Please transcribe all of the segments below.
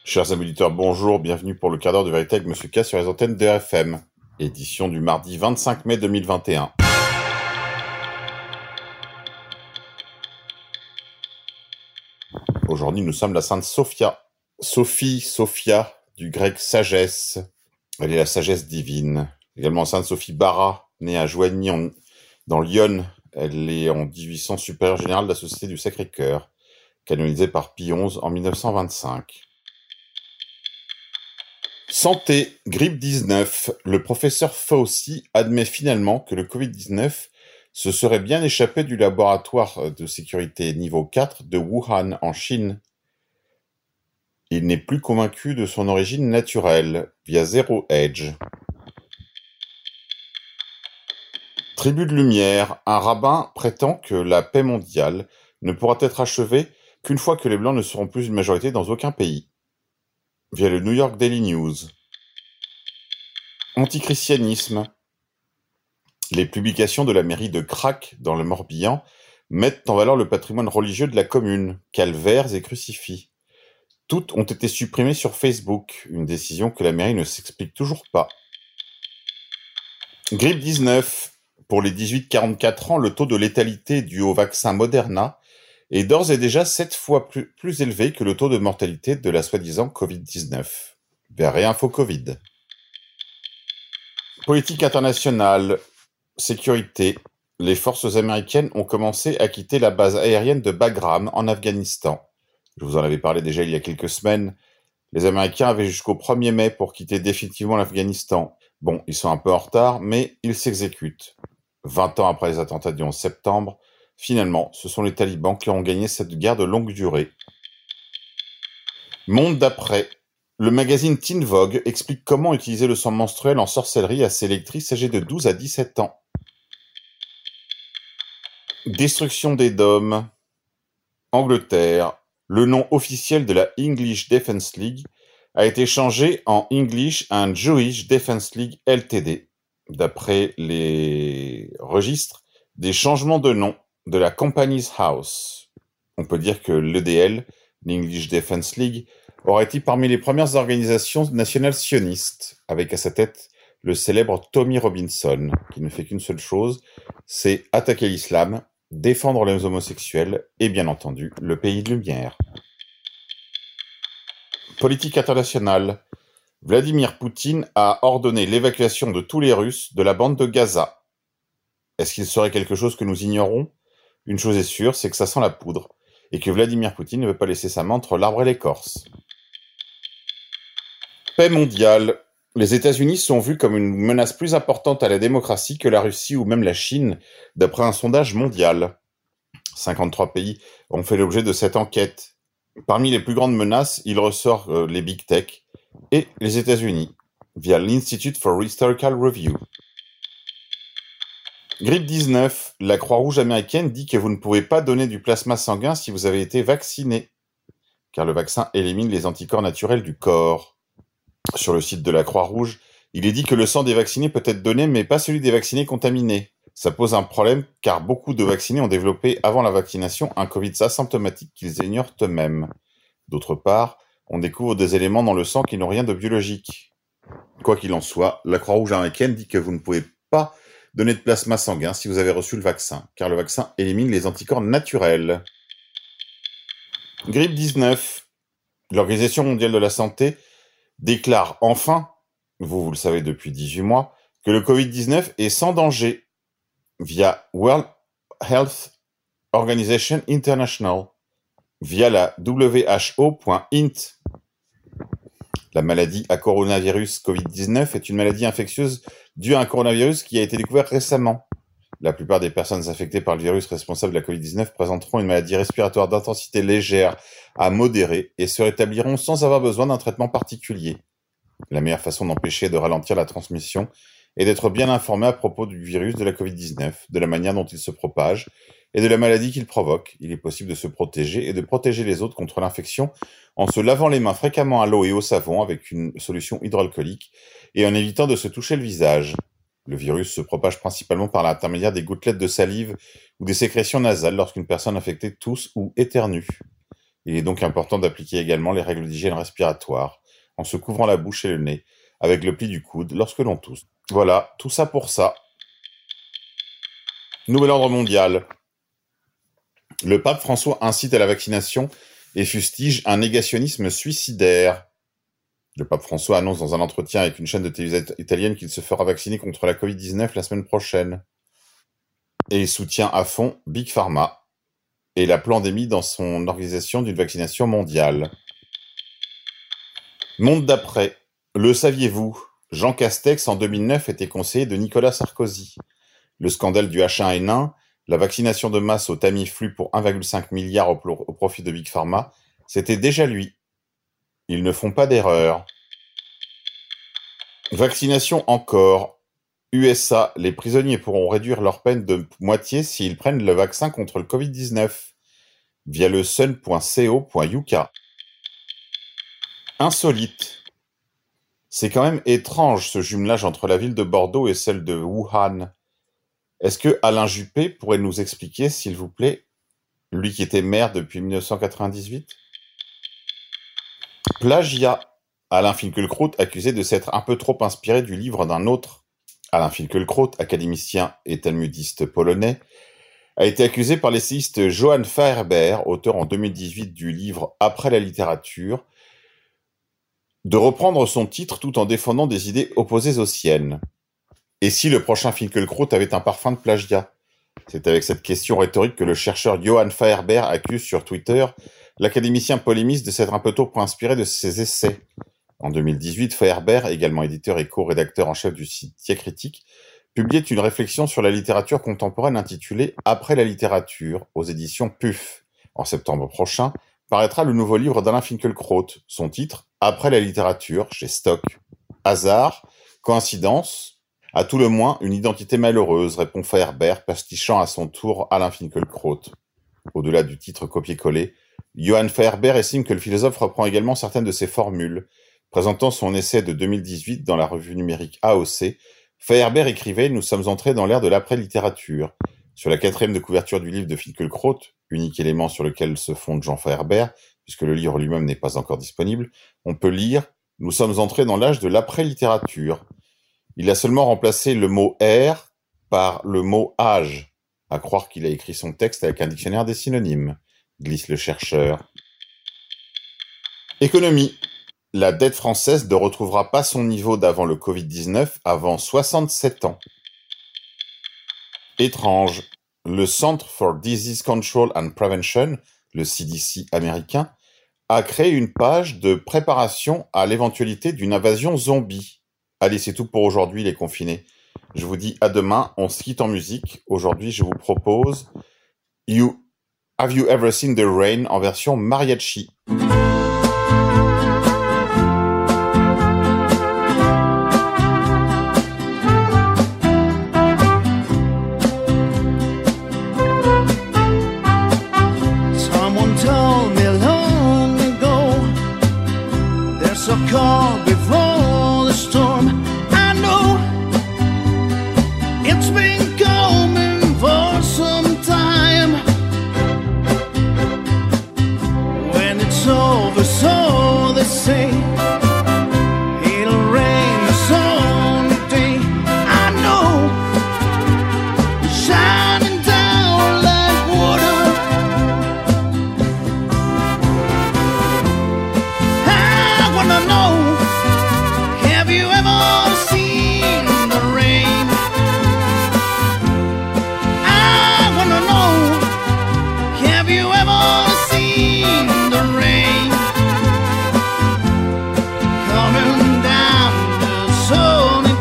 Chers amis auditeurs, bonjour, bienvenue pour le quart d'heure de vérité avec Monsieur K sur les antennes de RFM, édition du mardi 25 mai 2021. Aujourd'hui, nous sommes la Sainte Sophia. Sophia, du grec sagesse. Elle est la sagesse divine. Également Sainte Sophie Bara, née à Joigny dans l'Yonne. Elle est en 1800 supérieure générale de la Société du Sacré-Cœur, canonisée par Pie XI en 1925. Santé, grippe 19. Le professeur Fauci admet finalement que le Covid-19 se serait bien échappé du laboratoire de sécurité niveau 4 de Wuhan en Chine. Il n'est plus convaincu de son origine naturelle, via Zero Edge. Tribu de lumière, un rabbin prétend que la paix mondiale ne pourra être achevée qu'une fois que les Blancs ne seront plus une majorité dans aucun pays. Via le New York Daily News. Antichristianisme. Les publications de la mairie de Crac, dans le Morbihan, mettent en valeur le patrimoine religieux de la commune, calvaires et crucifix. Toutes ont été supprimées sur Facebook, une décision que la mairie ne s'explique toujours pas. Grippe 19. Pour les 18-44 ans, le taux de létalité dû au vaccin Moderna est d'ores et déjà 7 fois plus élevé que le taux de mortalité de la soi-disant Covid-19. Vers Réinfo Covid. Politique internationale, sécurité. Les forces américaines ont commencé à quitter la base aérienne de Bagram en Afghanistan. Je vous en avais parlé déjà il y a quelques semaines. Les Américains avaient jusqu'au 1er mai pour quitter définitivement l'Afghanistan. Bon, ils sont un peu en retard, mais ils s'exécutent. 20 ans après les attentats du 11 septembre, finalement, ce sont les talibans qui ont gagné cette guerre de longue durée. Monde d'après. Le magazine Teen Vogue explique comment utiliser le sang menstruel en sorcellerie à ses lectrices âgées de 12 à 17 ans. Destruction des dômes. Angleterre. Le nom officiel de la English Defence League a été changé en English and Jewish Defence League Ltd, d'après les registres des changements de nom de la Companies House. On peut dire que l'EDL, l'English Defence League, aurait été parmi les premières organisations nationales sionistes, avec à sa tête le célèbre Tommy Robinson, qui ne fait qu'une seule chose, c'est attaquer l'islam, défendre les homosexuels et bien entendu le pays de lumière. Politique internationale. Vladimir Poutine a ordonné l'évacuation de tous les Russes de la bande de Gaza. Est-ce qu'il serait quelque chose que nous ignorons ? Une chose est sûre, c'est que ça sent la poudre, et que Vladimir Poutine ne veut pas laisser sa main entre l'arbre et l'écorce. Paix mondiale. Les États-Unis sont vus comme une menace plus importante à la démocratie que la Russie ou même la Chine, d'après un sondage mondial. 53 pays ont fait l'objet de cette enquête. Parmi les plus grandes menaces, il ressort les big tech et les États-Unis, via l'Institute for Historical Review. Grippe 19. La Croix-Rouge américaine dit que vous ne pouvez pas donner du plasma sanguin si vous avez été vacciné, car le vaccin élimine les anticorps naturels du corps. Sur le site de la Croix-Rouge, il est dit que le sang des vaccinés peut être donné, mais pas celui des vaccinés contaminés. Ça pose un problème, car beaucoup de vaccinés ont développé avant la vaccination un Covid asymptomatique qu'ils ignorent eux-mêmes. D'autre part, on découvre des éléments dans le sang qui n'ont rien de biologique. Quoi qu'il en soit, la Croix-Rouge américaine dit que vous ne pouvez pas donner de plasma sanguin si vous avez reçu le vaccin, car le vaccin élimine les anticorps naturels. Grippe 19. L'Organisation mondiale de la santé déclare enfin, vous le savez depuis 18 mois, que le Covid-19 est sans danger via World Health Organization International, via la WHO.int. La maladie à coronavirus Covid-19 est une maladie infectieuse due à un coronavirus qui a été découvert récemment. La plupart des personnes infectées par le virus responsable de la Covid-19 présenteront une maladie respiratoire d'intensité légère à modérée et se rétabliront sans avoir besoin d'un traitement particulier. La meilleure façon d'empêcher et de ralentir la transmission est d'être bien informé à propos du virus de la Covid-19, de la manière dont il se propage et de la maladie qu'il provoque. Il est possible de se protéger et de protéger les autres contre l'infection en se lavant les mains fréquemment à l'eau et au savon avec une solution hydroalcoolique et en évitant de se toucher le visage. Le virus se propage principalement par l'intermédiaire des gouttelettes de salive ou des sécrétions nasales lorsqu'une personne infectée tousse ou éternue. Il est donc important d'appliquer également les règles d'hygiène respiratoire en se couvrant la bouche et le nez avec le pli du coude lorsque l'on tousse. Voilà, tout ça pour ça. Nouvel ordre mondial. Le pape François incite à la vaccination et fustige un négationnisme suicidaire. Le pape François annonce dans un entretien avec une chaîne de télévision italienne qu'il se fera vacciner contre la Covid-19 la semaine prochaine. Et il soutient à fond Big Pharma et la pandémie dans son organisation d'une vaccination mondiale. Monde d'après. Le saviez-vous ? Jean Castex, en 2009, était conseiller de Nicolas Sarkozy. Le scandale du H1N1, la vaccination de masse au Tamiflu pour 1,5 milliard au profit de Big Pharma, c'était déjà lui. Ils ne font pas d'erreur. Vaccination encore. USA, les prisonniers pourront réduire leur peine de moitié s'ils prennent le vaccin contre le Covid-19 via le sun.co.uk. Insolite. C'est quand même étrange ce jumelage entre la ville de Bordeaux et celle de Wuhan. Est-ce que Alain Juppé pourrait nous expliquer, s'il vous plaît, lui qui était maire depuis 1998 ? Plagiat. Alain Finkielkraut, accusé de s'être un peu trop inspiré du livre d'un autre. Alain Finkielkraut, académicien et talmudiste polonais, a été accusé par l'essayiste Johann Faerber, auteur en 2018 du livre « Après la littérature », de reprendre son titre tout en défendant des idées opposées aux siennes. Et si le prochain Finkielkraut avait un parfum de plagiat ? C'est avec cette question rhétorique que le chercheur Johann Faerber accuse sur Twitter l'académicien polémiste de s'être un peu trop inspiré de ses essais. En 2018, Faerber, également éditeur et co-rédacteur en chef du site Diacritique, publiait une réflexion sur la littérature contemporaine intitulée « Après la littérature » aux éditions PUF. En septembre prochain, paraîtra le nouveau livre d'Alain Finkielkraut, son titre « Après la littérature » chez Stock. Hasard ? Coïncidence ? À tout le moins, une identité malheureuse, répond Faerber, pastichant à son tour Alain Finkielkraut. Au-delà du titre copié-collé, Johann Faerber estime que le philosophe reprend également certaines de ses formules. Présentant son essai de 2018 dans la revue numérique AOC, Faerber écrivait « Nous sommes entrés dans l'ère de l'après-littérature ». Sur la 4e de couverture du livre de Finkielkraut, unique élément sur lequel se fonde Jean Faerber, puisque le livre lui-même n'est pas encore disponible, on peut lire « Nous sommes entrés dans l'âge de l'après-littérature ». Il a seulement remplacé le mot « ère » par le mot « âge », à croire qu'il a écrit son texte avec un dictionnaire des synonymes, glisse le chercheur. Économie. La dette française ne retrouvera pas son niveau d'avant le Covid-19 avant 67 ans. Étrange. Le Centre for Disease Control and Prevention, le CDC américain, a créé une page de préparation à l'éventualité d'une invasion zombie. Allez, c'est tout pour aujourd'hui, les confinés. Je vous dis à demain, on se quitte en musique. Aujourd'hui, je vous propose Have You Ever Seen the Rain en version mariachi. Called before the storm. I know it's been coming for some time. When it's over, so they say, it'll rain a sunny day. I know it's shining down like water. I wanna know, have you ever seen the rain? I wanna know, have you ever seen the rain? Coming down the sunny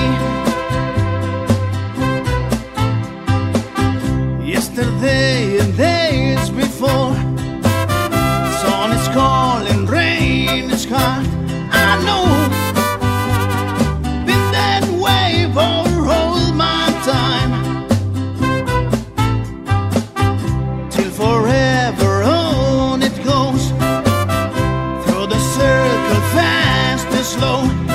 day. Yesterday and days before, sun is calling, rain is hot. I know, been that way for all my time, till forever on it goes, through the circle fast and slow.